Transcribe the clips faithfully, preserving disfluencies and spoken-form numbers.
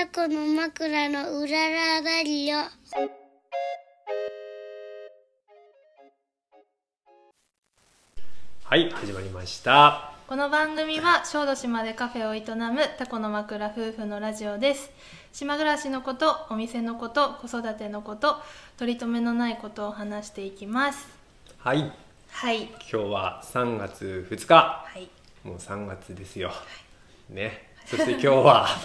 タコの枕のうららだりよ。 はい、始まりました。 この番組は小豆島でカフェを営むタコの枕夫婦のラジオです。島暮らしのこと、お店のこと、子育てのこと、取り留めのないことを話していきます。 はい、 はい、 今日はさんがつふつか、 はい、 もうさんがつですよ、はい、ね。そして今日は、はい、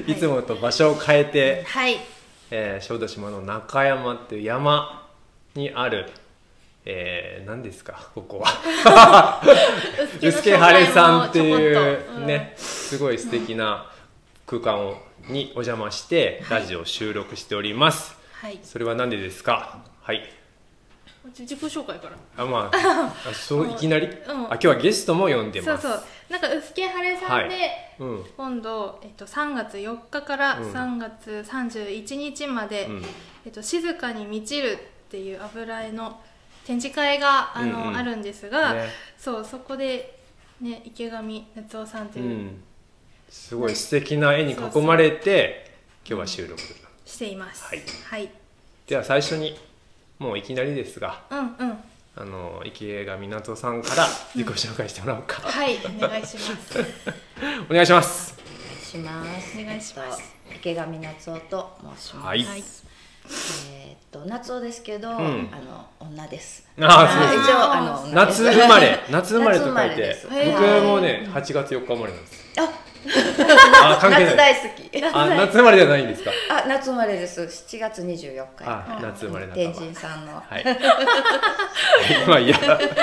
いつもと場所を変えて、 はい、 えー、小豆島の中山っていう山にある、えー、何ですかここはうすけはれさんっていうね、うん、すごい素敵な空間をにお邪魔してラジオを収録しております、はい、それは何でですか？はい、 自己紹介からあ、まあ、あそういきなり、うん、あ、今日はゲストも呼んでます。 そうそう、なんかうすけはれさんで、はい、うん、今度、えっと、さんがつよっかからさんがつさんじゅういちにちまで、うん、えっと、静かに満ちるっていう油絵の展示会が あ, の、うんうん、あるんですが、ね、そうそこで、ね、池上夏夫さんという、うん、 すごい素敵な絵に囲まれて、そうそう、今日は収録、うん、 しています。はい、はい、 では最初にもういきなりですが、 うんうん、 あの池上夏夫さんから自己紹介してもらおうか、うん、 はい、お願いしますお願いします。 お願いします。 お願いします。 池上夏夫と申します。 はい、 えー、っと夏夫ですけど、うん、あの女です。 ああ、そうです。 一応あの夏生まれ、夏生まれと書いて、僕もねはちがつよっか生まれなんです。 あ、 あ、関係ない。 夏大好き。 あ、夏生まれじゃないんですか？ あ、夏生まれです。しちがつにじゅうよっか。 あ、夏生まれだった。 天神さんの。 はい。まあいいや。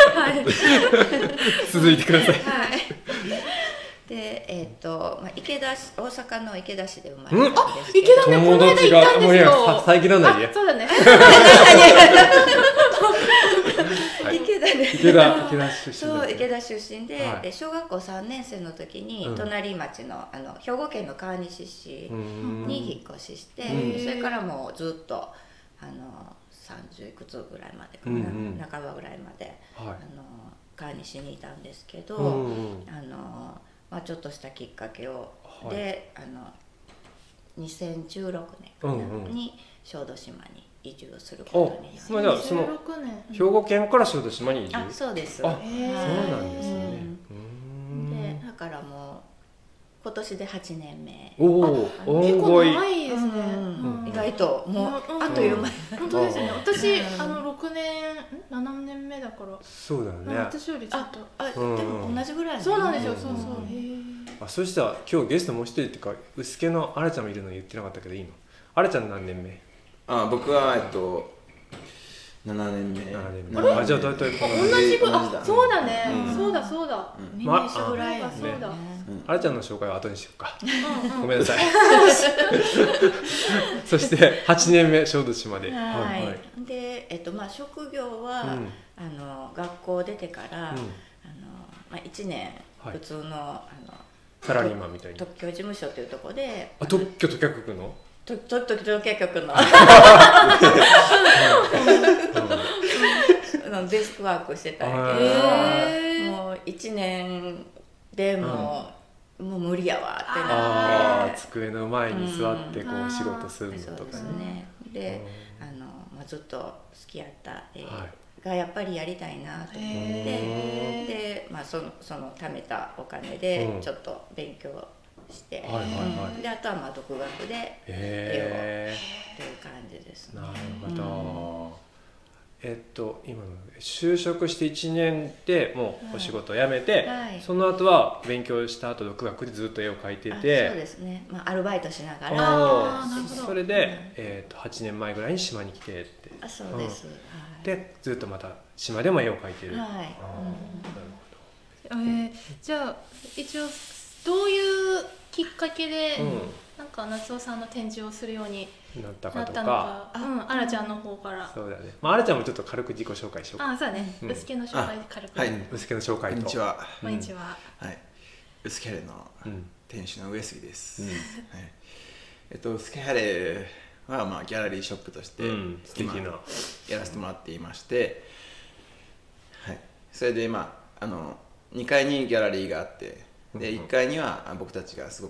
続いてください。 はい。で、えっ、ー、と、まあ、池田市、大阪の池田市で生まれたんですけど、 池田ね、この間行ったんですよ。 遮らないで。 そうだね。 池田ね。 池田、池田出身。 そう、池田出身で、はい、で小学校さんねんせいの時に、うん、隣町のあの兵庫県の川西市に引っ越しして、それからもうずっとあのさんじゅういくつぐらいまでかな、うんうん、半ばぐらいまで、はい、あの川西にいたんですけど、うんうん、あの。まあ、ちょっとしたきっかけを、はい、であのにせんじゅうろくねんかな、うんうん、に小豆島に移住することになりました。まあ、じゃあその兵庫県から小豆島に移住。 あ、そうです。 あ、そうなんですね。 うん、でだからもう今年ではちねんめ。 おお、 結構長いですね、 うんうん、意外ともう、うん、あっという間、 うん、本当ですね。私あのろくねんななねんめだから、 そうだね、 私よりちょっと、 ああ、うん、でも同じぐらい、ね、 そうなんですよ。そうそう、 うん、へあ、そしたら今日ゲストもう一人っていうか、うすけのあらちゃんもいるのに言ってなかったけどいいの？あらちゃん何年目？ あ、僕はえっとななねんめ。 ななねんめ。あ、じゃあ大体この同じぐらい。あ、そうだね、うん、そうだそうだ、うん、みんな一緒ぐらいだ、そうだ、 あらちゃんの紹介は後にしようか。ごめんなさい。そしてはちねんめ小豆島で。はい。 はいはい、で、えっとまあ職業は、うん、あの学校出てから、うん、あのまあいちねん普通の、はい、あのサラリーマンみたいな特許事務所というところで。 あ、特許特許局の？ ととと特許局のデスクワークしてたんやけど、もういちねんでもう、うん、もう無理やわってなって、 あ、机の前に座ってこう仕事するのとか、ね、 そうですね。で、あの、まあ、ずっと好きやった絵がやっぱりやりたいなと思って、で、まあ、そのその貯めたお金でちょっと勉強して、はいはいはい、であとはまあ独学で絵をという感じですね。 なるほど、うん、えっと今の就職していちねんでもうお仕事を辞めて、はい、その後は勉強した後独学でずっと絵を描いてて、そうですね、まあ、アルバイトしながら、 あ、 それで、うん、えー、とはちねんまえぐらいに島に来てって、 あ、そうです、うん、 はい、でずっとまた島でも絵を描いてる、 はい、あ、 なるほど、えー、じゃあ一応どういうきっかけで、うん、なんか夏夫さんの展示をするようになったかとか、 なったのか、うん、あらちゃんの方から。 そうだね、まあ、あらちゃんもちょっと軽く自己紹介しようか。 あ、そうだね、うすけの紹介軽く、 はい、 うすけの紹介と。 こんにちは。 こんにちは。 はい、うすけはれの店主の上杉です。うん、はい、えっとうすけはれはまあギャラリーショップとして、うん、素敵なやらせてもらっていまして、はい、それでまああのにかいにギャラリーがあって、でいっかいには僕たちがすごく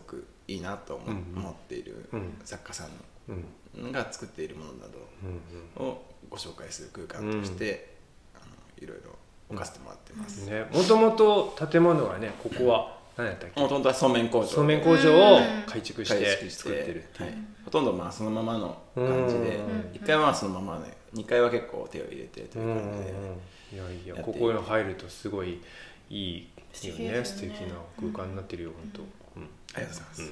いいなと思っている作家さんが作っているものなどをご紹介する空間としてあのいろいろ置かせてもらってます。 ね、もともと建物がね、ここは何やったっけ？ もともとはそうめん工場。 そうめん工場を改築して作ってるっていう。 はい、ほとんどまあそのままの感じで、いっかいはそのままね、にかいは結構手を入れてという感じで。 いやいや、ここに入るとすごいいいよね、素敵な空間になってるよ、本当。 ありがとうございます。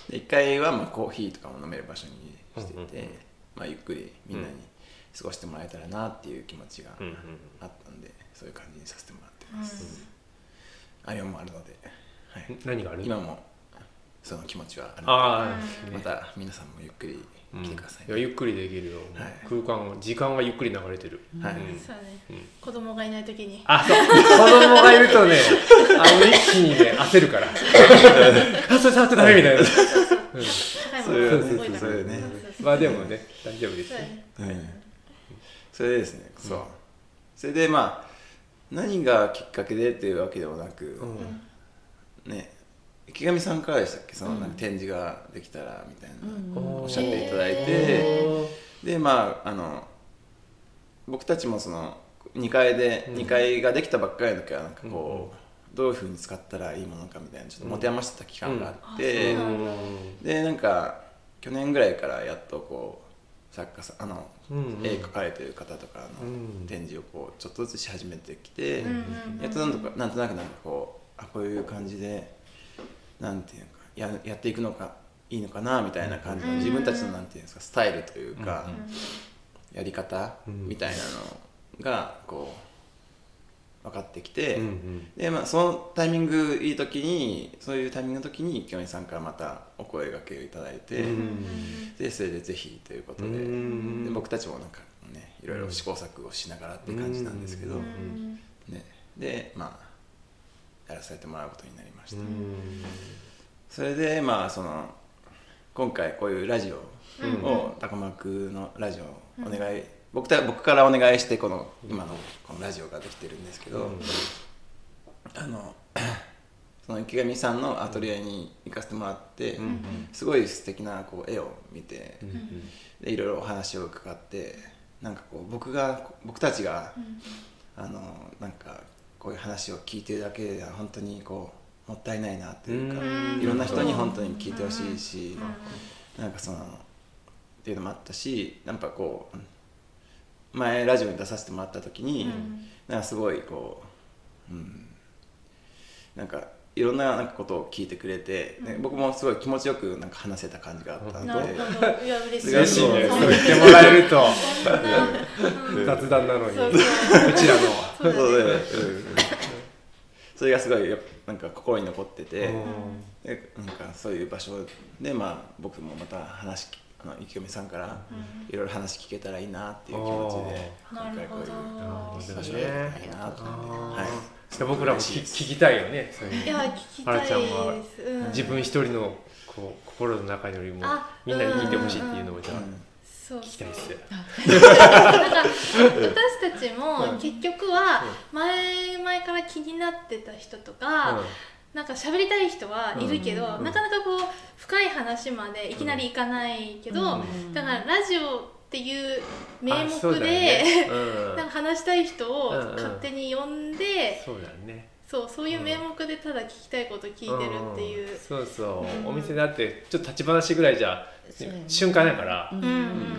でいっかいはまあコーヒーとかも飲める場所にしてて、まあゆっくりみんなに過ごしてもらえたらなっていう気持ちがあったんで、そういう感じにさせてもらってます。あれもあるので、はい、 何がある？ 今もその気持ちはあるので、また皆さんもゆっくり来てください、ね。 いやゆっくりできるよ。はい、空間時間がゆっくり流れてる。 はい。そうね。子供がいない時に。 あ、そう。子供がいるとね、あの一気にね焦るから。あ、それ触っちゃダメみたいな。 そういうそういうね。 まあでもね大丈夫です。 それでですね。そう。それでまあ何がきっかけでっていうわけでもなく、ね。池上さんからでしたっけ、そのなんか展示ができたらみたいなおっしゃっていただいて、でまああの僕たちもそのにかいでにかいができたばっかりの時はなんかこうどういうふうに使ったらいいものかみたいなちょっと持て余してた期間があって、でなんか去年ぐらいからやっとこう作家さんあの絵描かれてる方とかの展示をこうちょっとずつし始めてきて、やっとなんとかなんとなくなんかこうあこういう感じでなんていうのか や, やっていくのがいいのかなみたいな感じの自分たちのなんていうんですかスタイルというかやり方みたいなのがこう分かってきて、でまあそのタイミングいい時にそういうタイミングの時に清美さんからまたお声掛けをいただいて、でそれでぜひということで、で僕たちもなんかねいろいろ試行錯誤しながらっていう感じなんですけど、ね、でまあやらせてもらうことになりました。それでまあその今回こういうラジオを高幕のラジオをお願い、僕た僕からお願いしてこの今のこのラジオができてるんですけど、あのその池上さんのアトリエに行かせてもらって、すごい素敵なこう絵を見て、でいろいろお話を伺って、なんかこう僕が僕たちがあのなんかこういう話を聞いてるだけでは本当にこうもったいないなというか、いろんな人に本当に聞いてほしいし、なんかそのっていうのもあったし、なんかこう前ラジオに出させてもらった時に、なんかすごいこう、うん、なんかいろんななんかことを聞いてくれて、ね、僕もすごい気持ちよくなんか話せた感じがあったので、 いや嬉しい嬉しいね、そう言ってもらえると雑談なのにうちらのそうで、うん、それがすごいなんか心に残ってて、でなんかそういう場所でまあ僕もまた話あの池上さんからいろいろ話聞けたらいいなっていう気持ちで今回こういう場所でやりたいなと思って、はい。 僕らも聞, 聞きたいよね。そういういや聞きたいです。 はらちゃんは自分一人のこう心の中よりもみんなに聞いてほしいっていうのをじゃあ聞きたいです。 なんか私たちも結局は前々から気になってた人とか、うん、なんか喋りたい人はいるけど、うん、なかなかこう深い話までいきなりいかないけど、うん、だからラジオっていう名目で、ねうん、なんか話したい人を勝手に呼んで、 そうだね、 そうそういう名目でただ聞きたいこと聞いてるっていう、うん、 そうそう、うん、お店であってちょっと立ち話ぐらいじゃ、ね、瞬間だから、うん、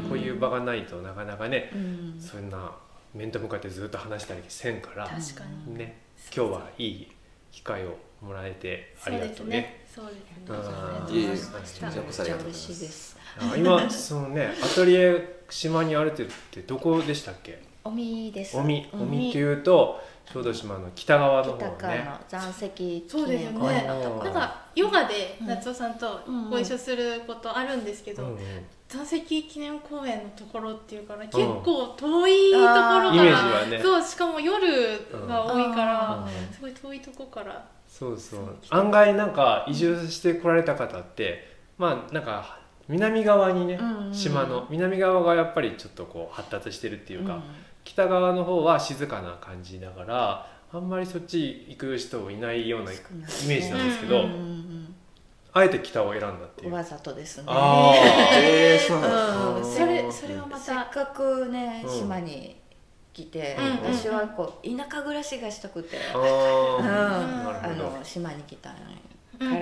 こういう場がないとなかなかね、うん、そんな面と向かってずっと話したりせんから、 確かにね、今日はいい機会をもらえてありがとうね。 そうですね。 そうですね。めちゃくちゃ嬉しいです。 今そのねアトリエ島にあるってどこでしたっけ？ 尾身です。 尾身、尾身っていうと小豆島の北側の方ね。 北側の残石記そうですよ念公園ね。 のところ。 なんかヨガで夏尾さんとご一緒することあるんですけど、うんうん、残石記念公園のところっていうから結構遠いところから、 イメージはね、 そうしかも夜が多いから、すごい遠いとこから。 そうそう。案外なんか移住してこられた方って、まあなんか南側にね、うんうん、島の南側がやっぱりちょっとこう発達してるっていうか、うん、北側の方は静かな感じだからあんまりそっち行く人いないようなイメージなんですけど、 あえて北を選んだっていう。 わざとですね。 あえー、そうなんです、それそれはまたせっかくね島に来て、私はこう田舎暮らしがしたくて、あの島に来たから、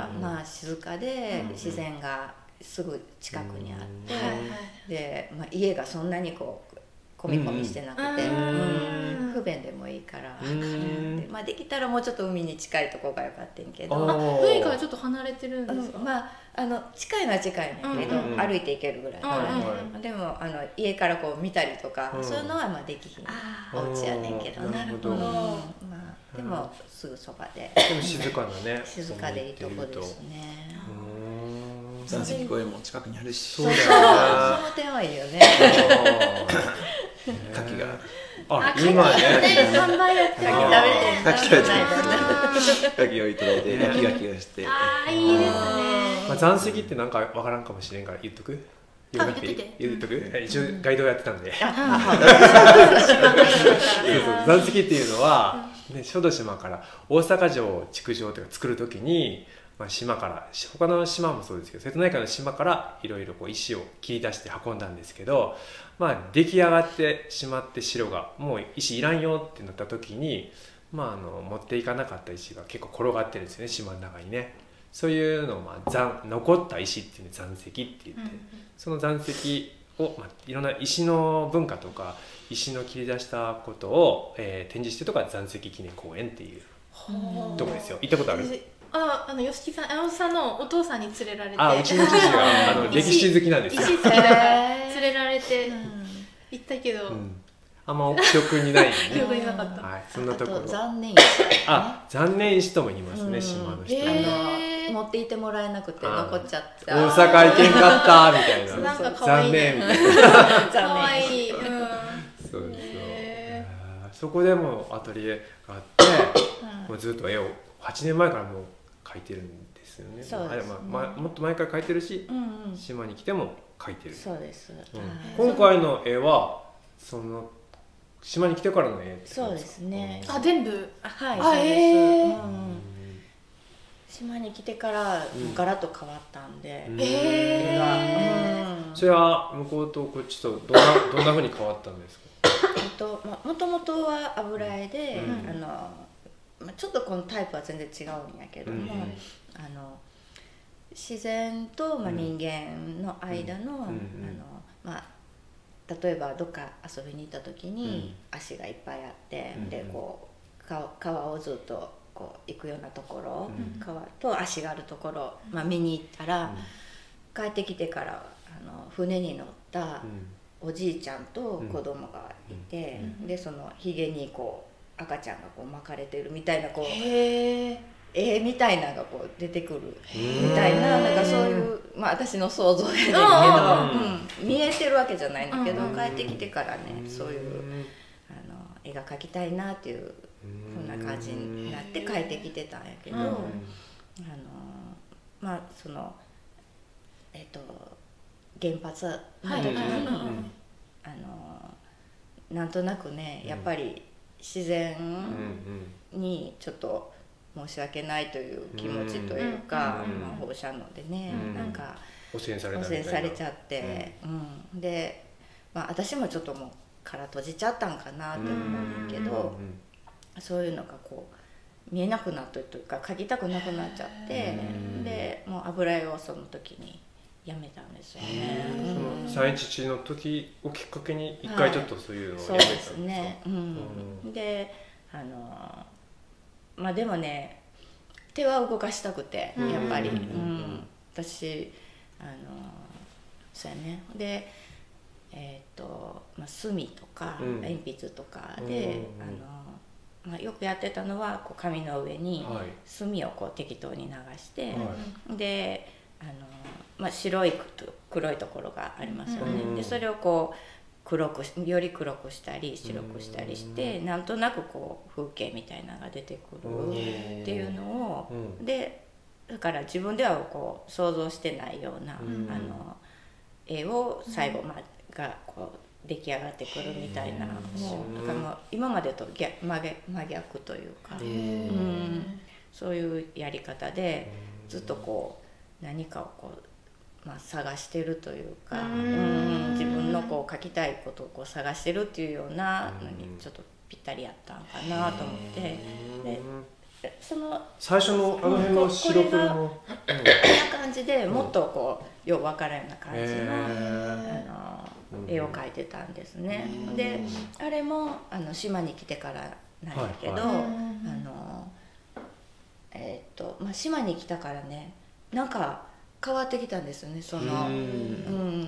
まあ静かで自然がすぐ近くにあって、で、まあ、家がそんなにこう込み込みしてなくて、うん、不便でもいいから、で、まあ、できたらもうちょっと海に近いとこがよかったんけど、 海からちょっと離れてるんですか？ うん、まああの近いのは近いんだけど、うんうん、歩いて行けるぐらいだからね、うんうん、でもあの家からこう見たりとか、うん、そういうのはまあできひんお家やねんけどね。なるほど。うん、まあ、でもすぐそばで。 でも静かなね。 静かでいいとこですね。 残石公園も近くにあるし。 そうだよね。その点はいいよね。 牡蠣が。 あ、今ね。 販売やってる。 牡蠣食べて牡蠣をいただいて焼き牡蠣をして。 ああ、いいですね。 まあ残石ってなんかわからんかもしれんから言っとく。言っとく。言っとく。一応ガイドをやってたんで。残石っていうのはね、小豆島から大阪城築城とか作るときに。まあ、島から他の島もそうですけど瀬戸内海の島からいろいろ石を切り出して運んだんですけど、まあ、出来上がってしまって城がもう石いらんよってなった時に、まあ、あの持っていかなかった石が結構転がってるんですよね、島の中にね。そういうのを、まあ、残残った石っていうの残石って言って、うんうん、その残石を、まあ、いろんな石の文化とか石の切り出したことを、えー、展示してるところが残石記念公園っていうところですよ。行ったことある？ あ、あの吉木さん、山本さんのお父さんに連れられて、 あ、うちの父があの歴史好きなんですよ。 石好きだから連れられて行ったけど、うん、 あんま記憶にないよね。 記憶になかった。 はい、そんなところ。 残念石、ね。 あ、残念石とも言いますね、うん、島の人。 あの持っていてもらえなくて残っちゃった。 大阪行けんかったみたいな。 なんか可愛いね。 残念みたいな。 可愛い。うん。 そうですよ。そこでもアトリエがあって、もうずっと絵をはちねんまえからもう描いてるんですよね。 そうですね。 まあ、もっと前から描いてるし、 うんうん、 島に来ても描いてる。 そうです。うん、 今回の絵はその島に来てからの絵ってそうですね。 あ、全部。 はい。そうです。えーうん、島に来てからガラッと変わったんで、 うん、絵が、 うん。それは向こうとこっちとどんなどんな風に変わったんですか？ えっとまあ、もともとは油絵で、うん、あの、まあ、ちょっとこのタイプは全然違うんやけども、うん、あの自然と、まあ、人間の間の、うん、あのまあ、例えばどっか遊びに行った時に足がいっぱいあって、うん、でこう 川, 川をずっとこう行くようなところ、うん、川と足があるところ、まあ、見に行ったら、うん、帰ってきてからあの船に乗った、うん、おじいちゃんと子供がいて、うん、でそのひげにこう赤ちゃんがこう巻かれてるみたいなこう絵みたいなのがこう出てくるみたいな、なんかそういう、まあ、私の想像やねんけど、うん、見えてるわけじゃないんだけど、帰ってきてからねそういうあの絵が描きたいなっていう風な感じになって帰ってきてたんやけど、あのまあそのえっと原発の時に、はい、あのなんとなくねやっぱり自然にちょっと申し訳ないという気持ちというか、うんまあ、放射能でね、うん、なんか汚染された汚染されちゃって、うんうん、で、まあ、私もちょっともう殻閉じちゃったんかなって思うんだけど、うん、そういうのがこう見えなくなったというか描きたくなくなっちゃって、でもう油絵をその時にやめたんですよね。 そのさんいちいちの時をきっかけに一回ちょっとそういうのをやめたんですか？はい、そうですね。 うん、で、あのまあでもね手は動かしたくてやっぱり、うん、私あのそうやね。で、えっとまあ墨とか鉛筆とかで、うん、あのまあよくやってたのはこう紙の上に墨をこう適当に流して、はい、で、あのまあ白い黒いところがありますよね。うん、でそれをこう黒くより黒くしたり白くしたりして、うん、なんとなくこう風景みたいなのが出てくるっていうのを、うん、でだから自分ではこう想像してないような、うん、あの絵を最後、まあ、がこう出来上がってくるみたいな、もうだからもう今までと逆真逆、真逆というか、うん、 そういうやり方でずっとこう何かをこう、まあ、探してるというか、うん、自分のこう書きたいことをこう探してるっていうようなのにちょっとぴったりやったんかなと思って。でその最初のあの辺の白黒のこんな感じでもっとこうよう分からんような感じの、あの絵を描いてたんですね。であれもあの島に来てからなんやけど、はいはい、あのえーっとまあ、島に来たからねなんか変わってきたんですよね。その、うん、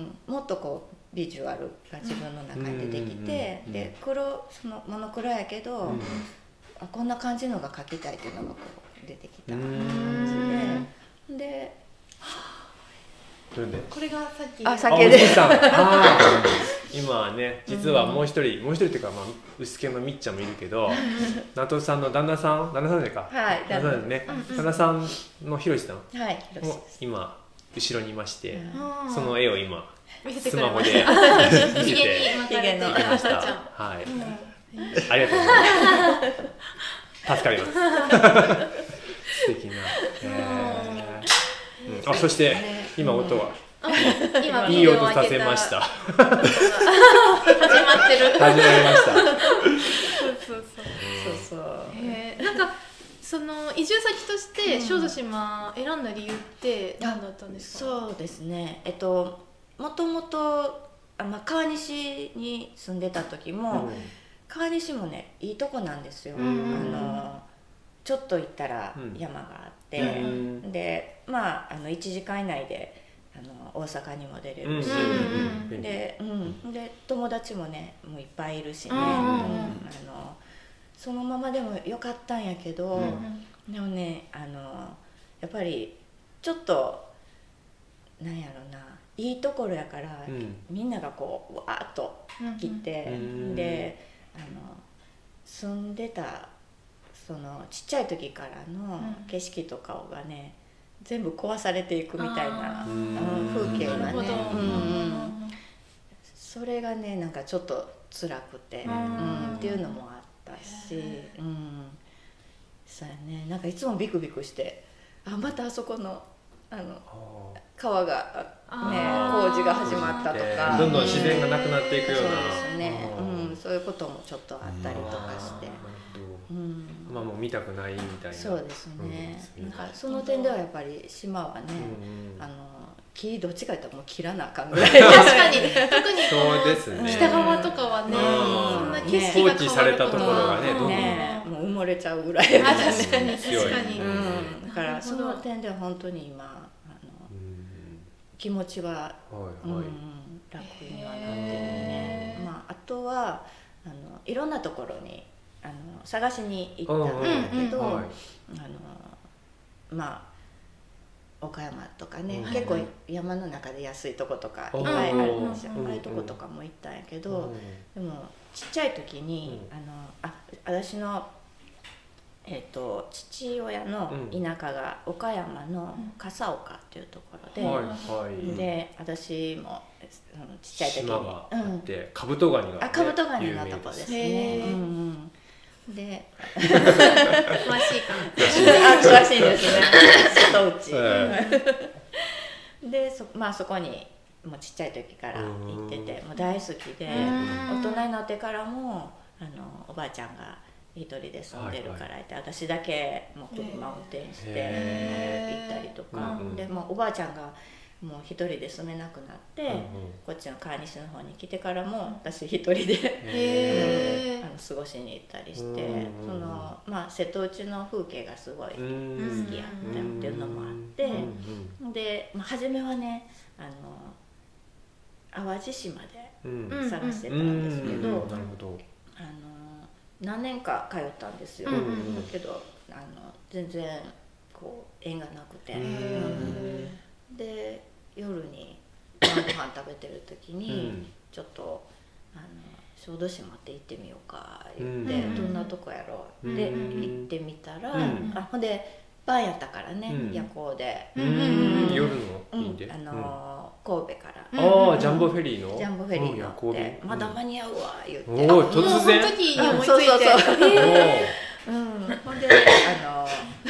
もっとこうビジュアルが自分の中に出てきて、で黒そのモノクロやけど、あこんな感じのが描きたいっていうのがこう出てきた感じで、でこれがさっきあ酒で今ね実はもう一人、うん、もう一人っていうか、まあ、薄毛のみっちゃんもいるけどナトさんの旦那さん旦那さんじゃないか、 はい、 旦那さんですね、うん、旦那さんのひろしさん、 はい、 も今後ろにいまして、うん、その絵を今スマホで見せていただきました。はい、うんありがとうございます助かります素敵な、えーうん、あそして今音は、うん、いい音させました始まってる始まりましたそうそうそうそう、 えー、なんかその移住先として小豆島選んだ理由って何だったんですか？ そうですねえっともともと川西に住んでた時も、うん川西もねいいとこなんですよ、うん、あのちょっと行ったら山があって、うん、でまああのいちじかん以内であの大阪にも出れるし、うん、で、うん、で友達もねもういっぱいいるしね、うん、あのそのままでもよかったんやけど、うん、でもねあのやっぱりちょっとなんやろないいところやから、うん、みんながこうわーっと来て、うん、であの住んでたそのちっちゃい時からの景色とかがね、うん、全部壊されていくみたいな、うん、風景がね、うん、それがねなんかちょっと辛くて、うん、っていうのもあったし、うん、そうやねなんかいつもビクビクしてあまたあそこのあの川がね工事が始まったとかどんどん自然がなくなっていくような、 そうですね、うん、そういうこともちょっとあったりとかして、 うん、まあもう見たくないみたいな。 そうですね、うん、なんかその点ではやっぱり島はね、うん、あの木どっちか言ったらもう切らなあかんぐらい確かに特にそうですね北側とかはね、そんな景色が変わること放置されたところがねどんどんねもう埋もれちゃうぐらい、 ね、あ確かに確かに、 うん、だからその点では本当に今気持ちは、はいはいうん、楽にはなってるね、まあ、あとはあのいろんなところにあの探しに行ったんだけど、うんうんはい、あのまあ岡山とかね、うん、結構山の中で安いとことかいっぱいあるんですよ、ああいうとことかも行ったんやけど、うん、でもちっちゃい時に、うん、あのあ私のえー、と父親の田舎が岡山の笠岡っていうところで、うんはい、で私もちっちゃい時に島があって、うん、カブトガニが、ね、 あカブトガニのとこですね、うんうん、で詳しいかもあ詳しいですね瀬戸内、で そ,、まあ、そこにもうちっちゃい時から行っててもう大好きで大人になってからもあのおばあちゃんが一人で住んでるからいて、はいはい、私だけもう車を運転して行ったりとか、でもうおばあちゃんがもう一人で住めなくなって、うんうん、こっちの川西の方に来てからも私一人で、うん、あの過ごしに行ったりして、そのまあ、瀬戸内の風景がすごい好きやったっていうのもあって、で、まあ、初めはねあの淡路島で探してたんですけど、あの何年か通ったんですよ、うんうん、だけどあの全然こう縁がなくて、うん、で夜に晩ご飯食べてる時に、うん、ちょっとあの小豆島って行ってみようか言って、うん、どんなとこやろうって行ってみたら、うん、あほんで晩やったからね、うん、夜行で、 うんうん、夜のいいんで、 うん、あのー、神戸から、 ああジャンボフェリーのジャンボフェリー乗って、うん、まだ間に合うわ言って、 おお突然その時に思いついて、 そうそうそううん、ほんであ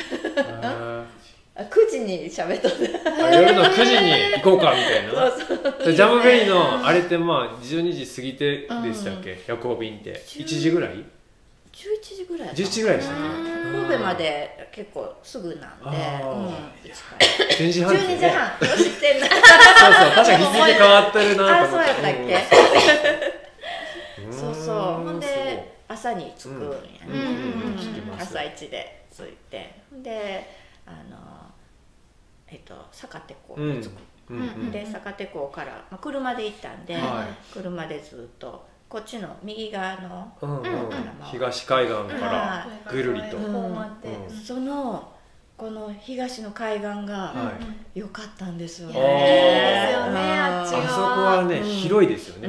のくじに喋っとった夜のくじに行こうかみたいな。そうそうジャムフェリーのあれってまあじゅうにじ過ぎてでしたっけ、うん、夜行便っていちじぐらいじゅういちじぐらいじゅういちじぐらいでしたっけ。神戸まで結構すぐなんで、うん、 じゅうにじはんですね。 じゅうにじはん知ってんなそうそう確かに日付変わってるなと思って。 あ、そうやったっけ、うん、そうそうほんで朝に着くんやね、朝一で着いてであのえっと坂手港に着く、うんうん、で坂手港から、まあ、車で行ったんで、はい、車でずっとこっちの右側の、 うんうん、東海岸からぐるりと、 うんうん、そのこの東の海岸が良かったんですよね。いいですよね、あっち側。 あそこはね、うん、広いですよね。 うん、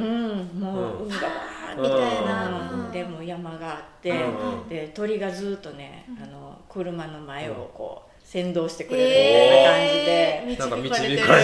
もう海がバーみたいな、うん、でも山があって、うん、で鳥がずっとね、あの車の前をこう先導してくれるみたいな感じで、 えー、なんか導かれてる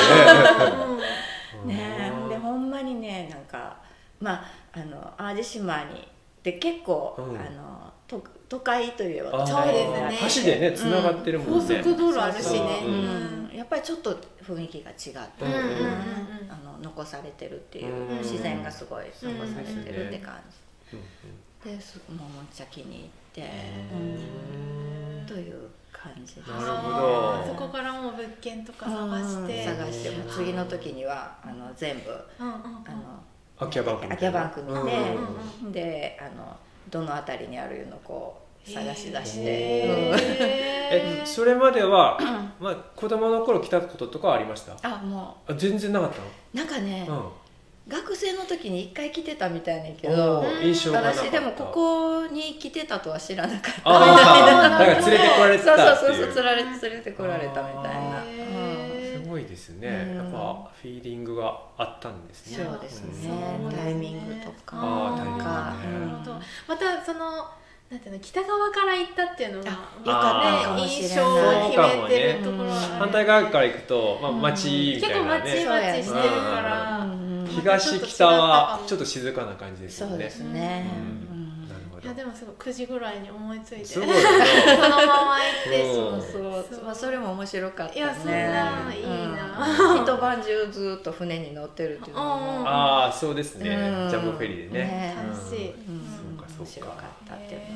ね。ね、でほんまにねなんかまああの淡路島にで結構、うん、あのと都会といえばそうですね。橋でねつながってるもんね。 高速道路あるしね。 うん、やっぱりちょっと雰囲気が違って、うんうん、あの残されてるっていう、うん、自然がすごい残されてるって感じ。うん、でもうめっちゃ気に入って、うん、という感じです。 なるほど。 そこからもう物件とか探して、 うん、探しても次の時にはあの全部、うんうんうん、あの空き家バンク空き家バンク見て、うんうん、であのどの辺りにあるのこう探し出して、 えそれまでは、まあ、子供の頃来たこととかはありました？ あもうあ全然なかったの？ なんかね、うん、学生の時に一回来てたみたいねんけど、 印象がなかった。 私でもここに来てたとは知らなかったみたいな。だから連れてこられてたっていう。 そうそうそう連れ連れてこられたみたいな。 すごいですね、うん、やっぱフィーリングがあったんですね。 そうですね、うん、タイミングとかあタイミング、ね、 またそのなんていうの北側から行ったっていうのがよかったかもしれない。 印象を決めてるところは、ね、 反対側から行くと、まあ、町みたいなね、 結構町々してるから、うん、 東北はちょっと静かな感じですよね。 そうですね、 うん、 いやでもすごいくじぐらいに思いついてすごい、ね、 そのまま行って、 うん、そうそう、まあ、それも面白かったね。 いやそんないいな、 うん、一晩中ずっと船に乗ってるっていうのもああそうですね、うん、ジャンボフェリーでね、 ね楽しい、 うん、面白かったっていうのもあって、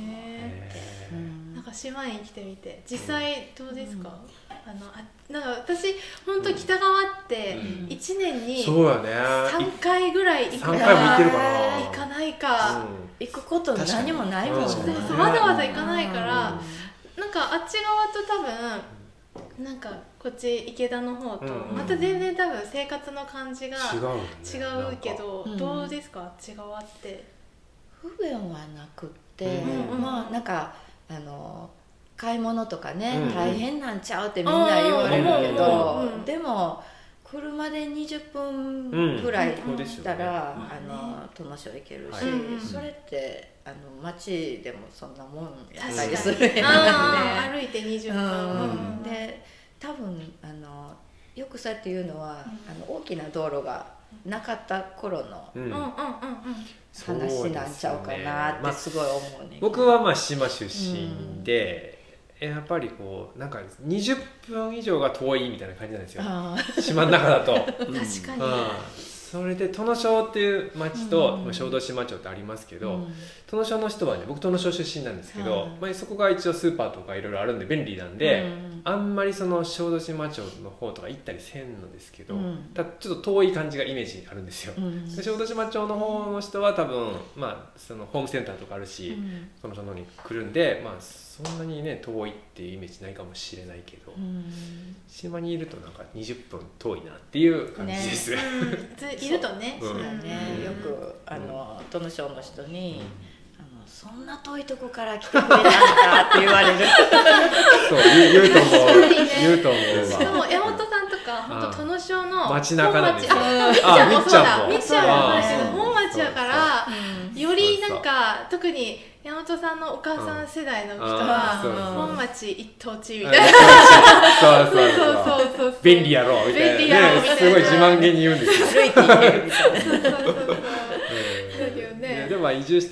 うん、なんか島に来てみて実際どうですか？うん、あのあなんか私本当北側っていちねんにさんかいぐらい行くか、 さんかいも行ってるかな行かないか、 うん、行くこと何もないもんね。 そうそうわざわざ行かないから、うん、なんかあっち側と多分なんかこっち池田の方とまた全然多分生活の感じが違う、違うけど、うん、どうですかあっち側って？ 不便はなくって、うん、まあなんかあの買い物とかね、うん、大変なんちゃうってみんな言われるけど、うん、でも車でにじゅっぷんぐらいしたら、うん、あの殿所行けるし、はい、それってあの街でもそんなもんやったりするんやね。歩いてにじゅっぷん、うん、 で多分あのよくそうやって言うのは、うん、あの大きな道路がなかった頃の話なんちゃうかなってすごい思うね、まあ、 僕はまあ島出身で、うん、やっぱりこうなんかにじゅっぷん以上が遠いみたいな感じなんですよ島の中だと確かに、うん、 それで殿所っていう町と、うん、小豆島町ってありますけど、うん、殿所の人はね僕殿所出身なんですけど、はいまあ、そこが一応スーパーとかいろいろあるんで便利なんで、うん、あんまりその小豆島町の方とか行ったりせんのですけど、うん、たちょっと遠い感じがイメージあるんですよ、うん、で小豆島町の方の人は多分、まあ、そのホームセンターとかあるし、うん、そのそのに来るんで、まあ、そんなにね遠いっていうイメージないかもしれないけど、うん、島にいるとなんかにじゅっぷん遠いなっていう感じです、ねうん、いるとね、 そうだね、うん、よくあの殿所の人に、うん、あのそんな遠いとこから来てくれたんだって言われるそう言う、言うと思う、ね、言うと思うしかも山本さんとか本当殿所の町中なんですよ。 あ、みっちゃんもみっちゃんも本町だから、うん、よりなんか特に山本さんのお母さん世代の人は本町一等地みたいなそうそうそうそう便利やろみたいな、 便利やろみたいな、 すごい自慢げに言うんですよ歩いて行けるみたいなでも移住して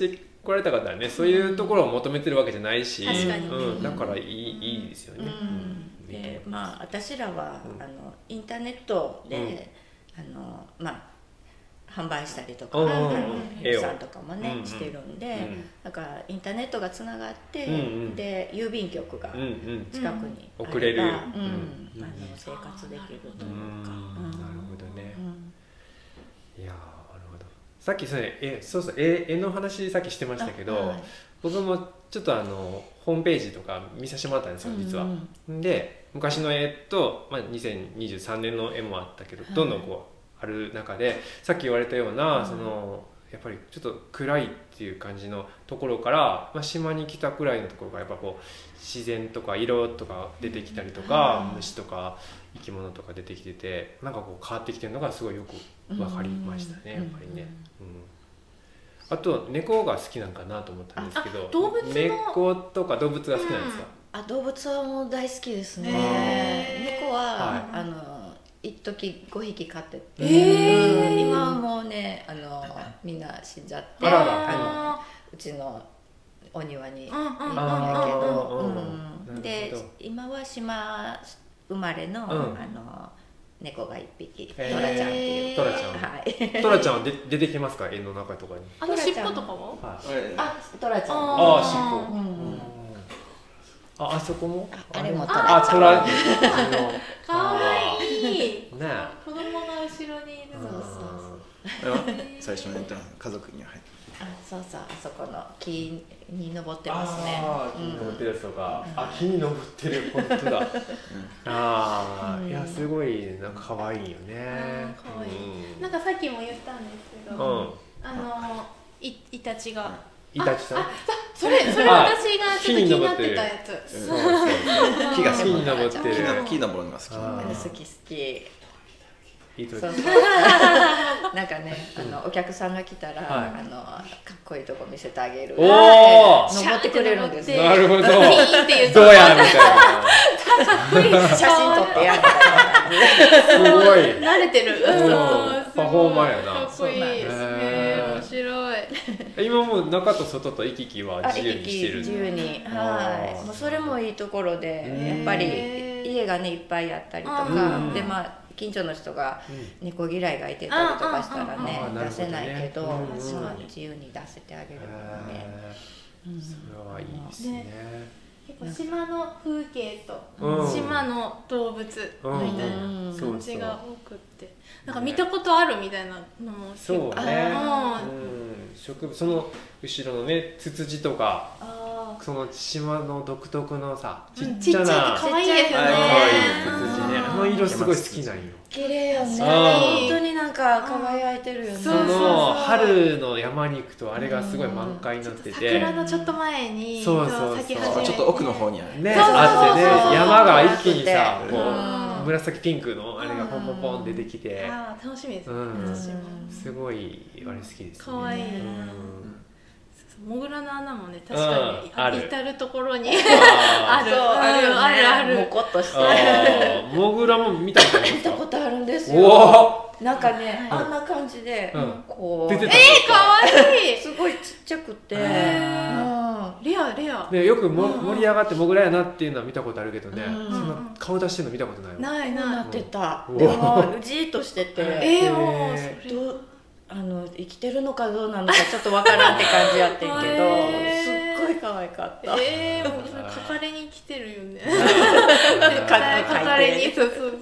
来られた方はねそういうところを求めてるわけじゃないし、 確かにね、 うん、だからいい、いいですよね、 うん、でまあ私らは、うん、あのインターネットで、うん、あのまあ販売したりとか、予算とかもね、うん、してるんで、うん、だからインターネットがつながって、うんうん、で郵便局が近くにあれば、 送れる、うん、あの生活できるというか、 うん、なるほどね、うん、いやなるほど。さっきそれえそうそう絵絵の話さっきしてましたけど、はい、僕もちょっとあのホームページとか見させてもらったんですよ実は、うんうん、で昔の絵と、まあ、にせんにじゅうさんねんの絵もあったけど、はい、どんどんこうある中でさっき言われたような、うん、そのやっぱりちょっと暗いっていう感じのところから、まあ、島に来たくらいのところがやっぱこう自然とか色とか出てきたりとか、うん、虫とか生き物とか出てきててなんかこう変わってきてるのがすごいよく分かりましたね、うん、やっぱりね、うん、あと猫が好きなんかなと思ったんですけど動物の猫とか動物が好きなんですか、 うん、あ動物はもう大好きですね。猫は、はい、あの一時ごひき飼ってて、えーうん、今はもうねあのみんな死んじゃってあのうちのお庭にいるんやけど、うん、で今は島生まれの、うん、あの猫が一匹トラちゃんっていうトラちゃん、はい、トラちゃんはで出てきますか絵の中とかにあの尻尾とかも、 はい、あトラちゃんああ尻尾、うんあ、あそこもあれもトラちゃん。あ、トラ。 かわいい。 ね。 子供が後ろにいるの。そうそうそう。最初の家族には入って。 あ、そうそう、あそこの木に登ってますね。 ああ、木に登ってるやつとか。あ、木に登ってる、本当だ。ああ、いやすごいなんか可愛いよね。 可愛い。なんかさっきも言ったんですけど、あのイイタチが。 イタチさん。 それそれ私がちょっと気になってたやつ。 そうそうそう。木が木に登ってる。 木登るのが好き。 好き好き。 いいとそうそうなんかねあのお客さんが来たら、はい、あのかっこいいとこ見せてあげる。おお。登ってくれるんです。 なるほど。どうやみたいな。 かっこいい写真撮ってやるみたいな。すごい。 慣れてる。 パフォーマーやな。 かっこいいですね。面白い。 今もう中と外と行き来は自由にしてる。 自由に。はい。もうそれもいいところでやっぱり家がねいっぱいあったりとかでまあ。近所の人が猫嫌いがいてたりとかしたらね出せないけど、まあ、自由に出せてあげるので、 うん、それはいいですね。 結構島の風景と島の動物みたいな感じが多くってなんか見たことあるみたいなのもそうね、うん、植物その後ろのねツツジとかその島の独特のさちっちゃな可愛いですよね。 可愛いツツジね。あの色すごい好きなんよ。 綺麗よね。本当になんか輝いてるよね。 その春の山に行くとあれがすごい満開になってて、 桜のちょっと前にそうそう咲き始めてちょっと奥の方にあるねあってね山が一気にさこう紫ピンクのあれがポンポンポン出てきて、 あ楽しみです。 すごいあれ好きですね。 可愛い。モグラの穴もね確かに至るところにあるあるあるあるもこっとしてモグラも見たことある見たことあるんですよ。なんかねあんな感じでこうえー可愛いすごいちっちゃくてレアレアねよく盛り上がってモグラやなっていうのは見たことあるけどねそんな顔出してるの見たことないわ。 ないないなってた。でもじーっとしててえもうどうあの生きてるのかどうなのかちょっとわからんって感じやってんけど、えー、すっごい可愛かった。 ええー、もうそれ書かれに来てるよね。書かれにそうそうそう。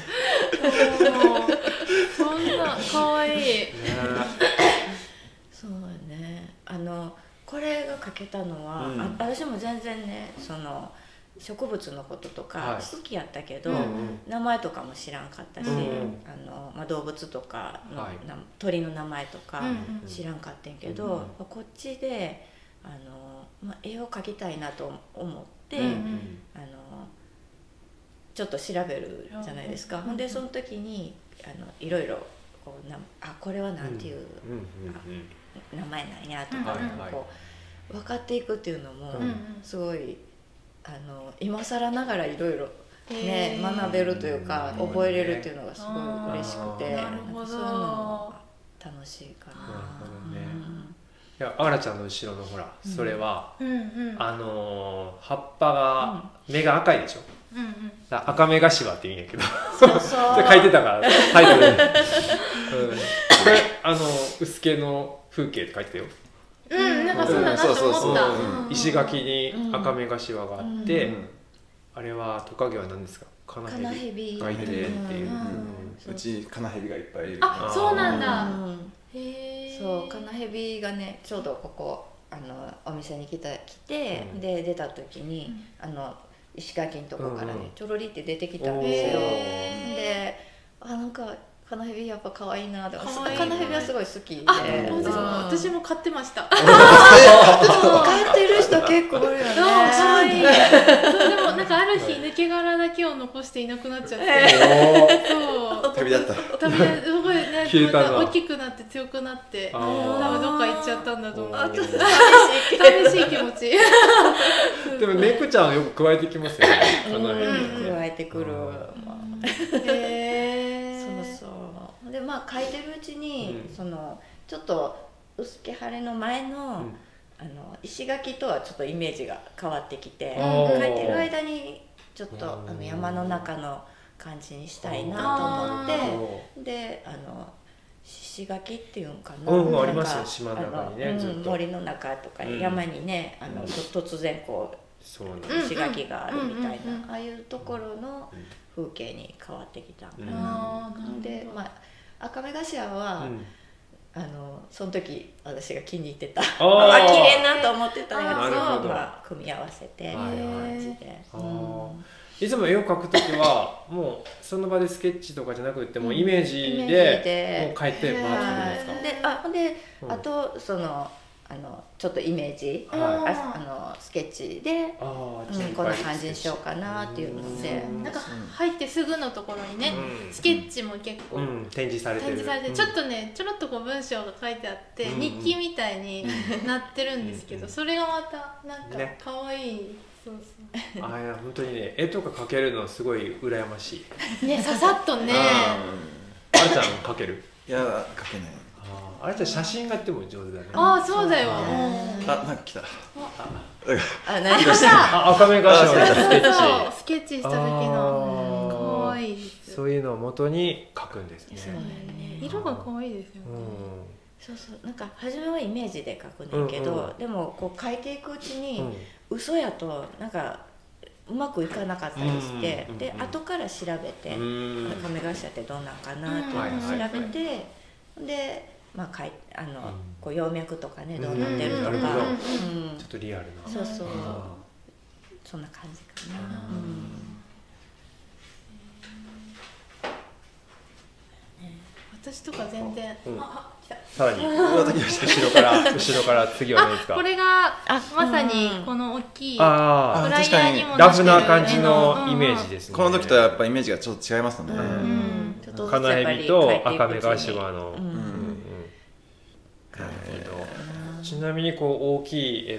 そんな可愛い。 そうね。あのこれが書けたのは、うん、あ私も全然ねその。植物のこととか好きやったけど、はいうんうん、名前とかも知らんかったし、うんうんあのまあ、動物とかの、はい、鳥の名前とか知らんかったんけど、うんうん、こっちであの、まあ、絵を描きたいなと思って、うんうん、あのちょっと調べるじゃないですか。ほ、うんうん、んでその時にあのいろいろこうなあこれはなんていう、うんうんうん、名前なんやとか、うんうん、こう分かっていくっていうのもすごいあの今更ながらいろいろね学べるというか覚えれるっていうのがすごい嬉しくて、 なるほどそういうのも楽しいかな。 なるほどね。 やあらちゃんの後ろのほら、うん、それは、 うんうん、 あのー、葉っぱが、うん、目が赤いでしょ、 うんうん、 だ赤目頭って言うんやけどそうそう書いてたからタイトルで、うん、これあの薄毛の風景って書いてたよ。 うん、なんかそうだなと思った。 石垣に赤目頭があって、うん、あれはトカゲは何ですか？カナヘビがいてっていう、うんうん、うちカナヘビがいっぱいいる。 あ、そうなんだ。 うん、へそう、カナヘビがねちょうどここあのお店に来た来て、うん、で出た時に、うん、あの石垣のとこからね、うん、ちょろりって出てきたんですよ。で、あなんかカナヘビやっぱ可愛いなとか、カナヘビはすごい好きで、 私も飼ってました。 飼ってる人結構いるよね。 可愛い。でもなんかある日抜け殻だけを残していなくなっちゃって、 そう。旅立った。 旅立すごいね、また大きくなって強くなって、多分どっか行っちゃったんだと思う。寂しい気持ち。 でも猫ちゃんよく加えてきますよね。カナヘビ。加えてくる。でまあ描いてるうちに、うん、そのちょっと薄毛晴れの前の、うん、あの石垣とはちょっとイメージが変わってきて、描いてる間にちょっとあの山の中の感じにしたいなと思ってであの石垣っていうんかな、 うん、ありますよ島の中にね、 うん、ずっと森の中とか山にね、うん、あの突然こうそう石垣があるみたいな、ああいうところの風景に変わってきた、うん、でまあ赤目頭は、うん、あのその時私が気に入ってたあ綺麗なと思ってたやつを、まあ、組み合わせてっていう感じで、 いつも絵を描く時はもうその場でスケッチとかじゃなくてもうイメージでもう描いて回ってくるんですか？ であで、うん、あとそのあのちょっとイメージ、うん、ああのスケッチで、うん、こんな感じにしようかなっていうので、 なんか入ってすぐのところにね、うん、スケッチも結構、うん、 展示されてる、 展示されて、うん、ちょっとねちょろっとこう文章が書いてあって、うん、日記みたいになってるんですけど、うん、それがまたなんか可愛い、ね、そうそうあいや本当にね絵とか描けるのすごい羨ましいね、ささっとね。 あるちゃん描ける？ いや描けない。 あれって写真がやっても上手だね。 ああそうだよ。 あなんか来た。 あ何かした。 あ赤目頭のスケッチ。 スケッチした時の可愛いです。 そういうのを元に描くんですね。 色が可愛いですよね。 そうそうなんか初めはイメージで描くねんけど、でもこう描いていくうちに嘘やとなんかうまくいかなかったりして、で後から調べて赤目頭ってどうなんかなっていうのを調べて、でまあ、かいあの、うん、こう葉脈とかねどうなってるとか、うん、ちょっとリアルなそうそうそんな感じかな、うんね、私とか全然、うん、ああ来たさらに後ろから後ろから次は何ですか？ これがまさにこの大きいフライヤーにもラフな感じのイメージですね。 この時とやっぱイメージがちょっと違いますもんね。 カナヘビと赤目頭の、ちなみにこう大きい絵って、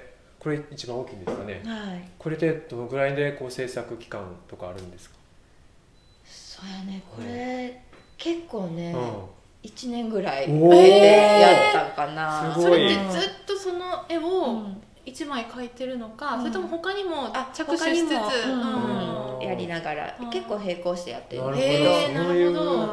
うん、これ一番大きいんですかね、はい、これってどのぐらいでこう制作期間とかあるんですか？ そうやねこれ、うん、結構ね、うん、いちねんぐらいやったかな。 それってずっとその絵をいちまい描いてるのか、うん、それとも他にも着手しつつ、 うんうん、やりながら、うん、結構並行してやってるんだけど、なるほど、 うん、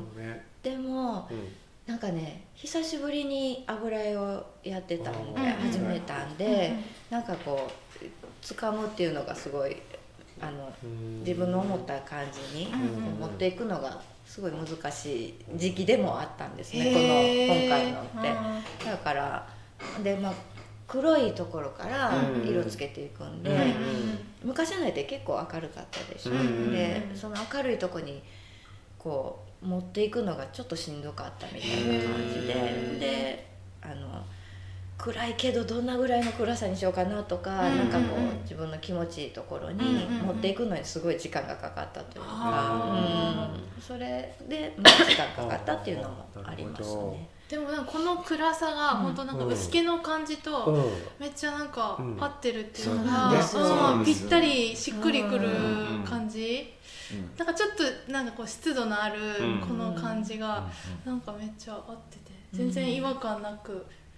でも、うんなんかね久しぶりに油絵をやってたんで、うん、始めたんで、うん、なんかこう掴むっていうのがすごいあの自分の思った感じに持っていくのがすごい難しい時期でもあったんですね、この今回のってだからで、まあ、黒いところから色つけていくんで、うん、昔の絵って結構明るかったでしょ、うん、でその明るいとこにこう持っていくのがちょっとしんどかったみたいな感じで、であの暗いけどどんなぐらいの暗さにしようかなとか、うん、なんかこう自分の気持ちいいところに持っていくのにすごい時間がかかったというか、うん、それで、まあ、時間かかったっていうのもありますね。 でもなんかこの暗さが本当なんか薄毛の感じとめっちゃなんか合ってるっていうのが、うん、ぴったりしっくりくる感じ、なんかちょっとなんかこう湿度のあるこの感じがなんかめっちゃ合ってて全然違和感なく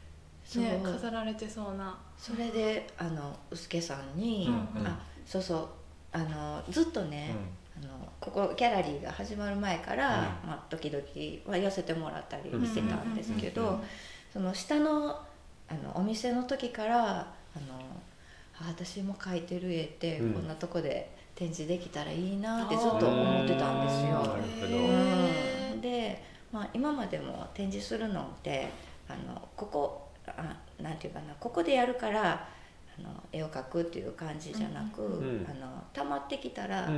ね飾られてそうな。 それであのうすけさんに、うん、あそうそうあのずっとね、うん、あのここギャラリーが始まる前から、うんまあ、時々は寄せてもらったりしてたんですけど、その下のあのお店の時からあのあ私も描いてる絵ってこんなとこで展示できたらいいなってずっと思ってたんですよ。うん、で、まあ、今までも展示するのってあのここあなんていうかなここでやるからあの絵を描くっていう感じじゃなく、うん、あの溜まってきたら、うんうん、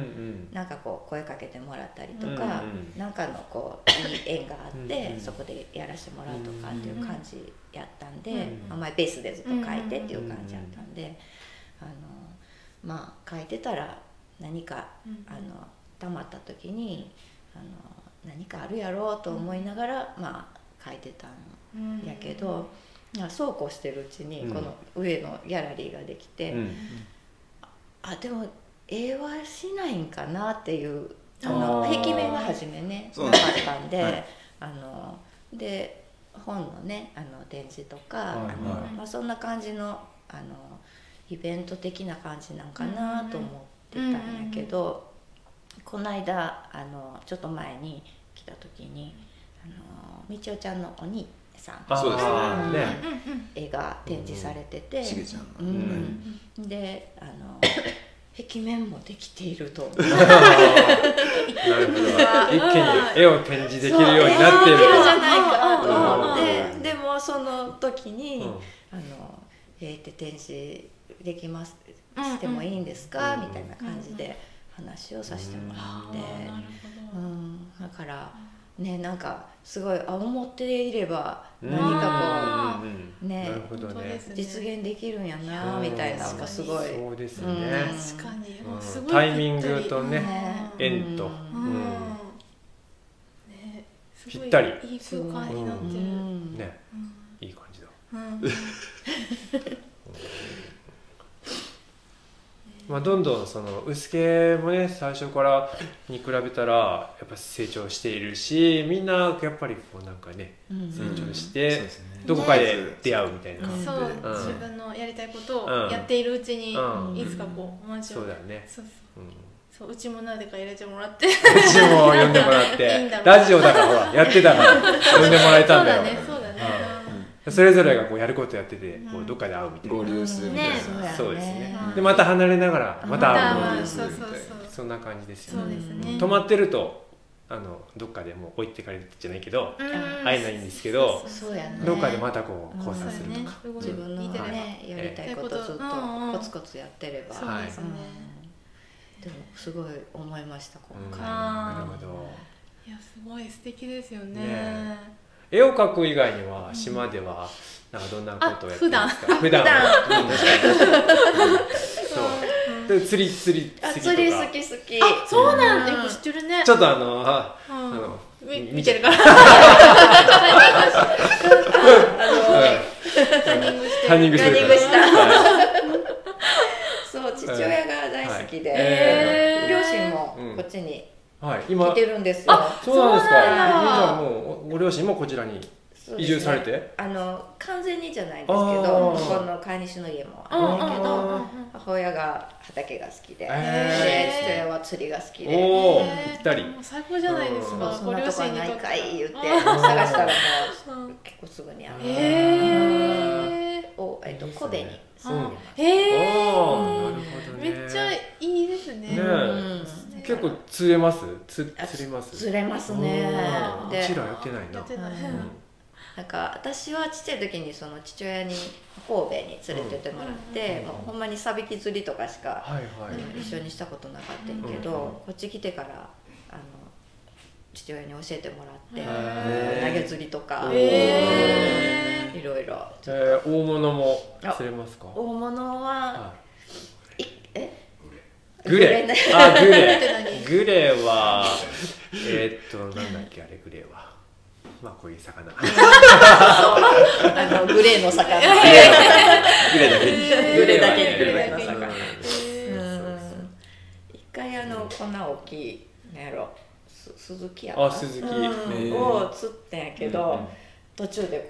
なんかこう声かけてもらったりとか、うんうん、なんかのこういい縁があって、うんうん、そこでやらせてもらうとかっていう感じやったんで、うんうん、あんまりベースでずっと描いてっていう感じやったんで、あのまあ描いてたら何か、うんうん、あの溜まった時にあの何かあるやろうと思いながら、うん、まあ描いてたんやけど。うんそうこうしてるうちにこの上のギャラリーができて、うん、あでも絵はしないんかなっていうあの壁面が初めねなかったんで、はい、あので本のねあの展示とか、はいはい、あのまあ、そんな感じのあのイベント的な感じなんかなと思ってたんやけど、うん、この間あのちょっと前に来た時にあのみちおちゃんのお兄さんそうですね、 絵が展示されてて、 しげちゃんの、 うんうん、であの壁面もできているとなるほど一気に絵を展示できるようになっているとじゃないかと思ってでもその時に、うん、あの絵って展示できますしてもいいんですか、うん、みたいな感じで話をさせてもらって、うん、だからね、なんかすごいあ思っていれば何かこうね、ね、実現できるんやなみたいなのがすごいそうですね、 うん、確かに、 うん、すごいタイミングとね、縁と、うんね、 ぴったりいい空間になってる、 うんね、うん、いい感じだ、うんまあ、どんどんその薄毛もね最初からに比べたらやっぱ成長しているしみんなやっぱりこうなんかね、うん、成長して、うんね、どこかで出会うみたいな、 そう、うん、自分のやりたいことをやっているうちに、うん、いつかこう同じようそうだよねそうそう、うんそううちもなぜか入れてもらってうちも呼んでもらっていいラジオだからほらやってたから呼んでもらえたんだよそうだねそうだね、 うん、それぞれがこうやることやってて、うん、こうどっかで会うみたいな合流するみたいな、 ね、 そうですね、うん、でまた離れながらまた会う、 うん、そうそうそうそんな感じですよね、 止まってるとあのどっかでもう置いてかれるじゃないけど、うん、会えないんですけどそうや、ね、 どっかでまたこう交差するとか、 うんね、自分のねやりたいことずっとコツコツやってれば、 うんうん、そうですね、 でもすごい思いました今回、 うん、なるほどいやすごい素敵ですよ ね, ね絵を描く以外には島ではなんかどんなことをやってるんですか、 うん、 普段普段そうで釣り釣り好きとか釣り好き好きあそうなんだ、よく知ってるねちょっとあのあ、うん、あの見てるからタンニングしてタンニングしてるそう父親が大好きで、はいえー、両親もこっちに来てるんですよ、 はい、あそうなんですか。じゃあもうご両親もこちらに移住されて、ね、 あの完全にじゃないんですけどここの飼い主の家もあるんだけど母親が畑が好きで、えー、で父親は釣りが好きでおーぴったり最高じゃないですか。 そんなとこはないかい言って探したらもう結構すぐにあって、 えーおえっと、神戸に住んでます。 へー、 なるほどね。 めっちゃいいですね。 ね、うん、結構釣れます？つ釣れます？ 釣れますね。 で、うちらやってないな。 なんか私はちっちゃい時にその父親に神戸に連れてってもらって、うん、もうほんまにサビキ釣りとかしか、はいはい、一緒にしたことなかったんやけど、うん、こっち来てからあの父親に教えてもらって投げ釣りとかいろいろ、 えー、大物も釣れますか？ 大物は、はい、えグレあグレグレはえー、っとなんだっけあれグレはまあこういう魚あのグレーの魚グレーだけグレーだけグレーの魚一回あのこんな大きいなんやろスズキやあスズキを釣ってんやけど、うん、途中でこ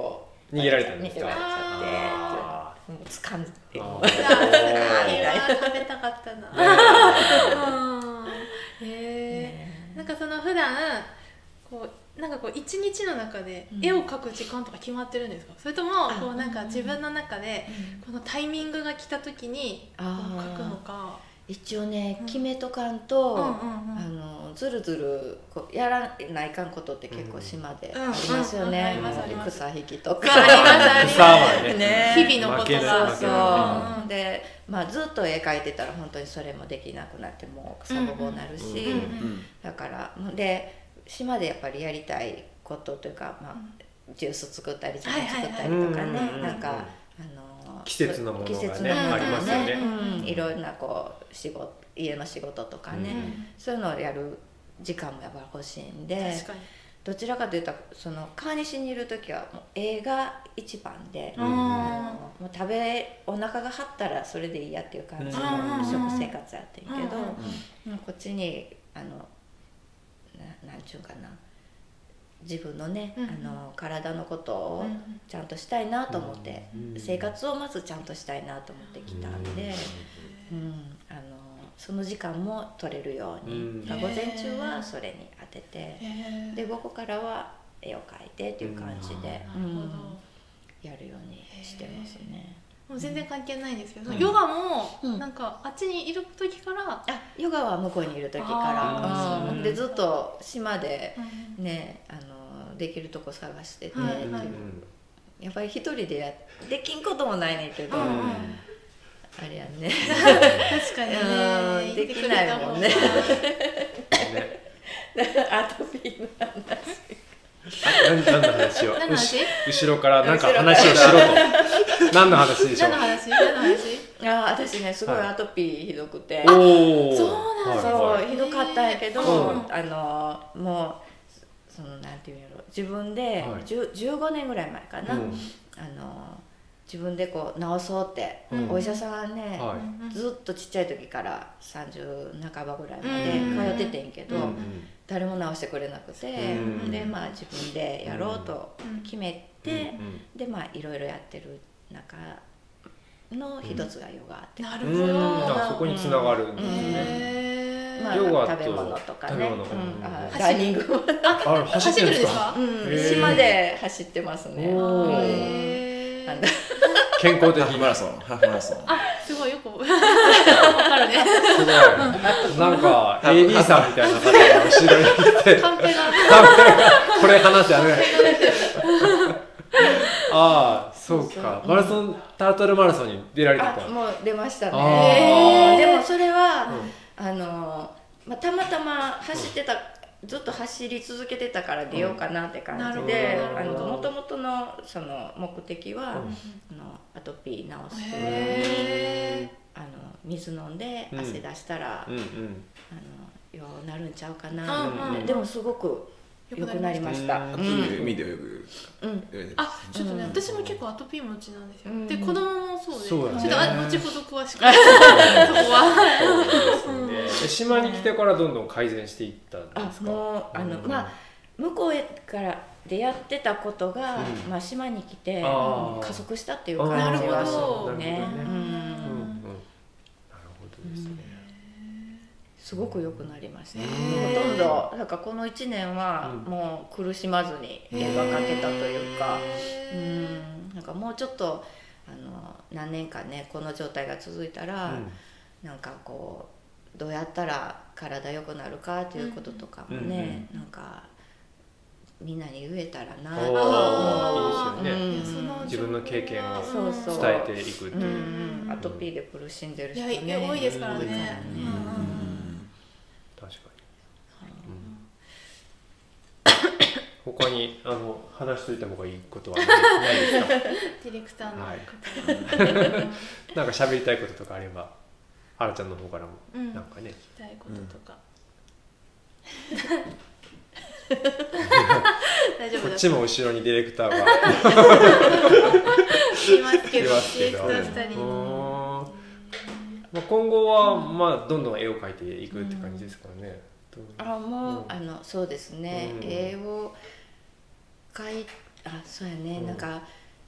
逃げられたんですか？ 逃げられちゃってもう掴んでもうあー食べたかったな。へえ。なんかその普段こうなんかこう一日の中で絵を描く時間とか決まってるんですか？それともこうなんか自分の中でこのタイミングが来た時にこう描くのか。 一応ね、決めとかんと、あのずるずるこうやらないかんことって結構島でありますよね。草引きとかありますありますね。 日々のことがそうそうで、まあずっと絵描いてたら本当にそれもできなくなってもう草ぼぼになるし、だからで島でやっぱりやりたいことというか、まあジュース作ったりジャム作ったりとかね、なんかあの季節のものがねありますよね。 いろんなこう仕事家の仕事とかね、そういうのをやる時間もやっぱ欲しいんで、どちらかというとその川西にいる時はもう映画一番で、あのもう食べお腹が張ったらそれでいいやっていう感じの食生活やってんけど、こっちにあのななんちゅうかな。自分のね、うん、あの体のことをちゃんとしたいなと思って、うん、生活をまずちゃんとしたいなと思ってきたんで、うん、あのその時間も取れるように、うん、午前中はそれに当てて、で午後からは絵を描いてっていう感じで、うんうん、やるようにしてますね。 もう全然関係ないんですけど、うん、ヨガもなんかあっちにいる時から、うん、 あヨガは向こうにいる時から、うん、でずっと島でね、あのできるとこ探してて、はいはい、やっぱり一人でやできんこともないねんけど、うん、あれやね確かにね、 うん、できないもんねアトピーの話何, 何の話を何の話後ろから何か話をしろと何の話でしょう。 何の話何の話あ私ねすごいアトピーひどくて、 はい、そうなんそう、はい、ひどかったんやけど、あのもうそのなんていうんやろ自分で、はい、じゅうごねんぐらい前かな、うん、あの自分でこう治そうって、うん、お医者さんね、はい、ずっとちっちゃい時からさんじゅう半ばぐらいまで通っててんけど、うんうん誰も直してくれなくて、うん、でまあ自分でやろうと決めて、うん、でまあいろいろやってる中の一つがヨガって、 うん、なるほど、 あそこに繋がるんですね、 うんまあ、ヨガと食べ物とかね、うん、あランニングもあ走ってるんですか？ うん、島で走ってますね。 健康的ハーフマラソンハーフマラソンあすごいよく分かるねすごいなんか エーディー さんみたいな方が後ろにいてカンペがこれ話あるああそうかマラソンタートルマラソンに出られてた。 もう出ましたね。でもそれは、うん、あの、まあ、たまたま走ってたずっと走り続けてたから出ようかなって感じで、もともとのその目的は、うん、あのアトピー治すのにあの水飲んで汗出したら、うんうん、あのようなるんちゃうかな、うんうん、でもすごく良くなりました。 海で泳ぐ。 うん。あ、ちょっとね、私も結構アトピー持ちなんですよ。で、子供もそうで、ちょっと後ほど詳しくそこは。島に来てからどんどん改善していったんですか？ あ、もうあのまあ向こうからでやってたことがまあ島に来て加速したっていう感じはそうね。なるほどですね。すごく良くなりました。ほとんどなんかこのいちねんはもう苦しまずに絵が描けたというか、うん、なんかもうちょっとあの何年かねこの状態が続いたら、うん、なんかこうどうやったら体良くなるかということとかもね、うん、なんかみんなに言えたらなと思う。いいですよね。自分の経験を伝えていくっていう。 アトピーで苦しんでる人ね多いですからね。 確かに、うん、他にあの話しといた方がいいことはないですか？ ディレクターの方、 はい、なんか喋りたいこととかあればあらちゃんの方からも、うん、なんかね聞きたいこととか、 うん、大丈夫こっちも後ろにディレクターがいますけど、ディレクターふたりまあ、今後は、まあ、どんどん絵を描いていくって感じですからね。 うん、あもう、うん、あのそうですね、うん、絵を描いあそうやね、うん、なんか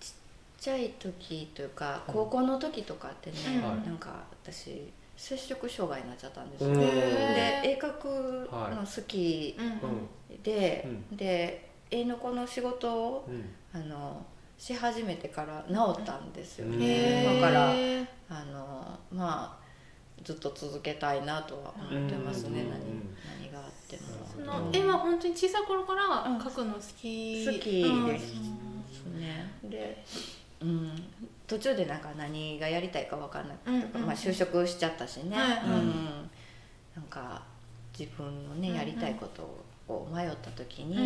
ちゃい時というか高校の時とかってね、 うん、 なんか私摂食障害になっちゃったんですよ。で絵描くの好きで、うん、で絵の子の仕事を、うん、あのし始めてから治ったんですよね。だからあのまあずっと続けたいなとは思ってますね。何、何があっても。 その絵は本当に小さい頃から描くの好き、 うん、好きですね。で、うん、途中でなんか何がやりたいか分かんなくて、うんうん、まあ就職しちゃったしね、うんうん、なんか自分のねやりたいことを迷った時に、うんうん、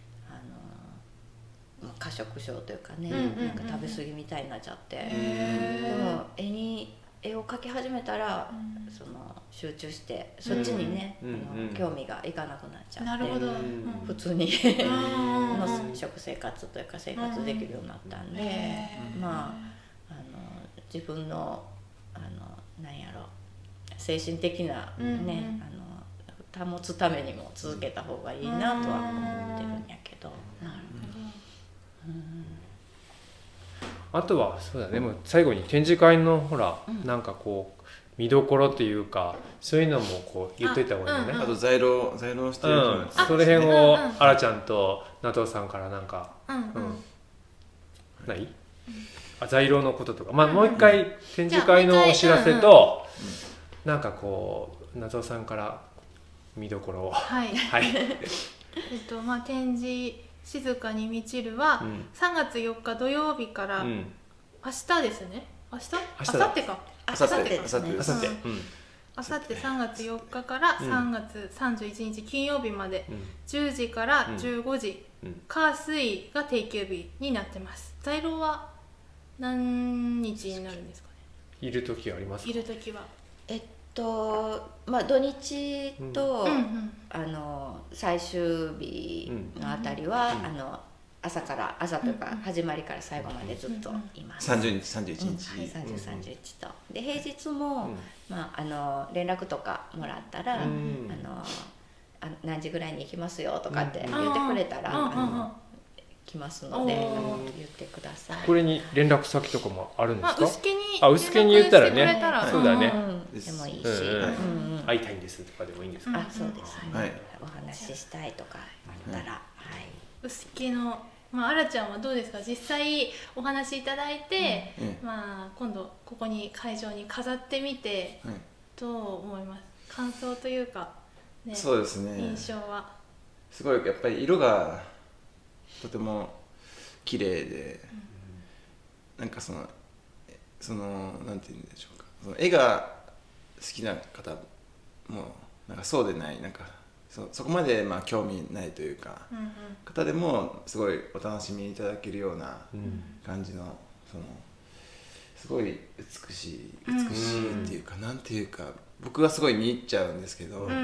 あの過食症というかね、うんうんうん、なんか食べ過ぎみたいになっちゃって、でも絵に絵を描き始めたら、うん、その集中してそっちにね、うん、あの興味がいかなくなっちゃって、なるほど、うん、普通にの食生活というか生活できるようになったんで、うん、まあ、あの自分のあのなんやろ精神的なね、うん、あの保つためにも続けた方がいいなとは思ってるんやけど、なるほど、うん、 あとはそうだね、もう最後に展示会のほら、うん、なんかこう見どころっていうかそういうのもこう言っといた方がいいよね。 あ,、うんうん、あと在廊在廊してる、うん、 その辺をあらちゃんと名藤さんからなんか、うんうん、ない、うん、あ在廊のこととか、まあ、もう一回展示会のお知らせと、うん、なんかこう名藤さんから見どころをはい、はいえっとまあ、展示静かに満ちるは、うん、さんがつよっか土曜日から、うん、明日ですね。明日？明後日か。 明後日、明後日、 明後日、明後日さんがつよっかからさんがつさんじゅういちにち金曜日まで、うん、じゅうじからじゅうごじ、うん、火水が定休日になってます。在廊は何日になるんですかね。 いる時はありますか。 いる時はえっとまあ土日と、うん、あの最終日のあたりは、うん、あの朝から朝というか始まりから最後までずっといます。 さんじゅうにちさんじゅういちにち、 うん、はい、さんじゅう、さんじゅういちとで平日も、うん、まあ、あの連絡とかもらったら、うん、あのあ何時ぐらいに行きますよとかって言ってくれたら、うん、あの来ますので言ってください。 これに連絡先とかもあるんですか。 あ、薄毛にあ、薄毛に言ったらね、そうだね、 うん、でもいいし、 うんうん、会いたいんですとかでもいいんですか。 あ、そうです、はい、お話ししたいとかあったら、はい、 薄毛の、まあ、あらちゃんはどうですか。実際お話いただいて、うん、まあ、今度ここに会場に飾ってみて、うん、どう思います。感想というか、 ね、そうですね、 印象はすごいやっぱり色がとても綺麗で、うん、なんかそのそのなんて言うんでしょうか、その絵が好きな方もなんかそうでないなんか そ, そこまでまあ興味ないというか、うんうん、方でもすごいお楽しみいただけるような感じの、うん、そのすごい美しい美しいっていうか、うん、なんていうか僕はすごい見入っちゃうんですけど、うんうんうん、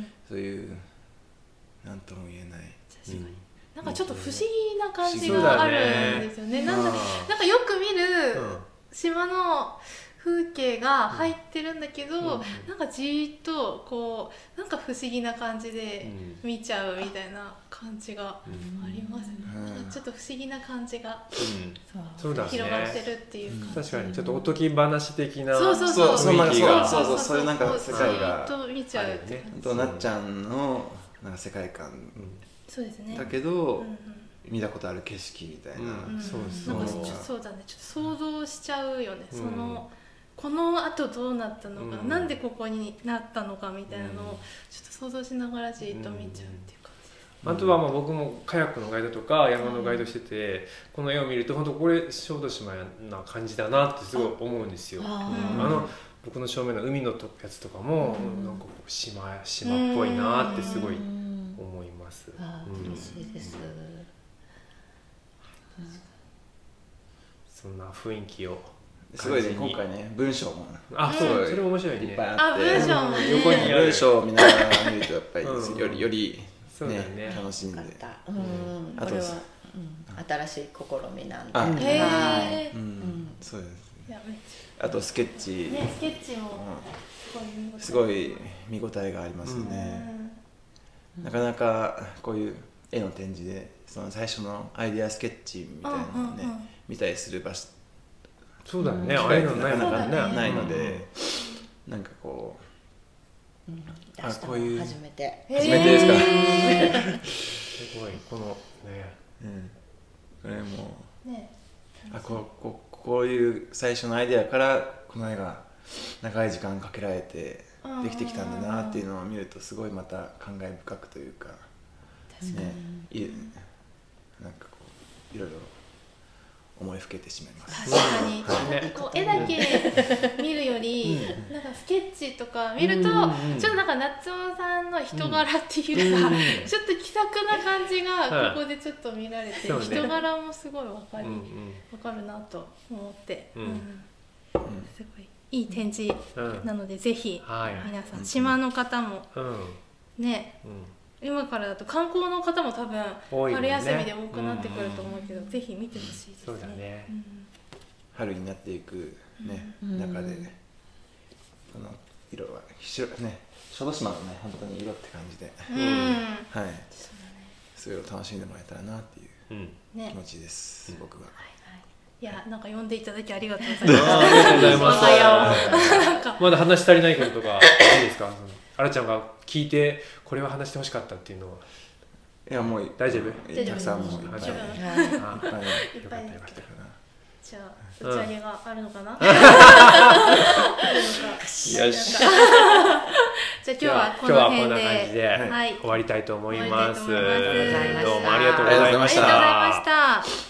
そういうなんとも言えない。 確かになんかちょっと不思議な感じがあるんですよね。なんか、なんかよく見る島の風景が入ってるんだけど、うん、なんかじーっとこうなんか不思議な感じで見ちゃうみたいな感じがありますね。うん、なんかちょっと不思議な感じが、うん、広がってるっていうか、 確かにちょっとおとぎ話的なそうそうそうそうそうそうそういうなんか世界がじーっと見ちゃうってね。となっちゃんのなんか世界観、 そうですね。 だけど、うんうん、見たことある景色みたいな、 うん、そうですね。なんかそうだね。ちょっと想像しちゃうよね。うん、そのこの後どうなったのか、うん、なんでここになったのかみたいなのをちょっと想像しながらじっと見ちゃうっていう感じです。 あとはまあ僕もカヤックのガイドとか山のガイドしてて、うん、この絵を見ると本当これ小豆島な感じだなってすごい思うんですよ。あ、うん、あの僕の正面の海のやつとかも、うん、なんかこう島島っぽいなってすごい思います。 あ、うん、嬉しいです。 うん、そんな雰囲気をすごいね、今回ね文章もあ、そう、それ面白いね、 いっぱいあって、 あ、文章もね、 横に文章を見ながら見るとやっぱりよりよりそうだね、 楽しんで、 うん、あとこれは、うん、新しい試みなんで、 あ、へえ、 うん、そうですね。あとスケッチ、 ね、スケッチもすごい見応えがありますね。なかなかこういう絵の展示でその最初のアイデアスケッチみたいなのをね見たりする場所そうだよね、ああいうのないもんね。 ないので、なんかこう、 あこういう初めて初めてですか。 すごいこのね、 うん、これもあこうこうこういう最初のアイデアからこの絵が長い時間かけられてできてきたんだなっていうのを見るとすごいまた感慨深くというか、ね、いなんかこういろいろ思いふけてしまいます。 確かに、はい、こう絵だけ見るより、うん、なんかスケッチとか見ると、うんうん、ちょっとなんか夏尾さんの人柄っていうか、うん、ちょっと気さくな感じがここでちょっと見られて、うん、人柄もすごいわかり、うんうん、わかるなと思って、うんうん、すごいいい展示なので、うん、ぜひ、はい、皆さん島の方も、うん、ね、うん今からだと観光の方も多分春休みで多くなってくると思うけど、ぜひ見てほしいですね。 そうだね、うん、 春になっていく、ねうん、中でこの色はね小豆島のね本当に色って感じで、うん、はい、それを楽しんでもらえたらなっていう気持ちです、うんね、僕は。 いやなんか呼んでいただきありがとうございます。 ありがとうございます。まだ話し足りないこととかいいですか？あらちゃんが聞いてこれは話してほしかったっていうのは。 いやもう大丈夫？ たくさんもいっぱいいっぱいいっぱい来てるな。じゃあ打ち上げがあるのかな？よし。じゃあ今日はこの辺ではい終わりたいと思います。どうもあありがとうございました。 ありがとうございました。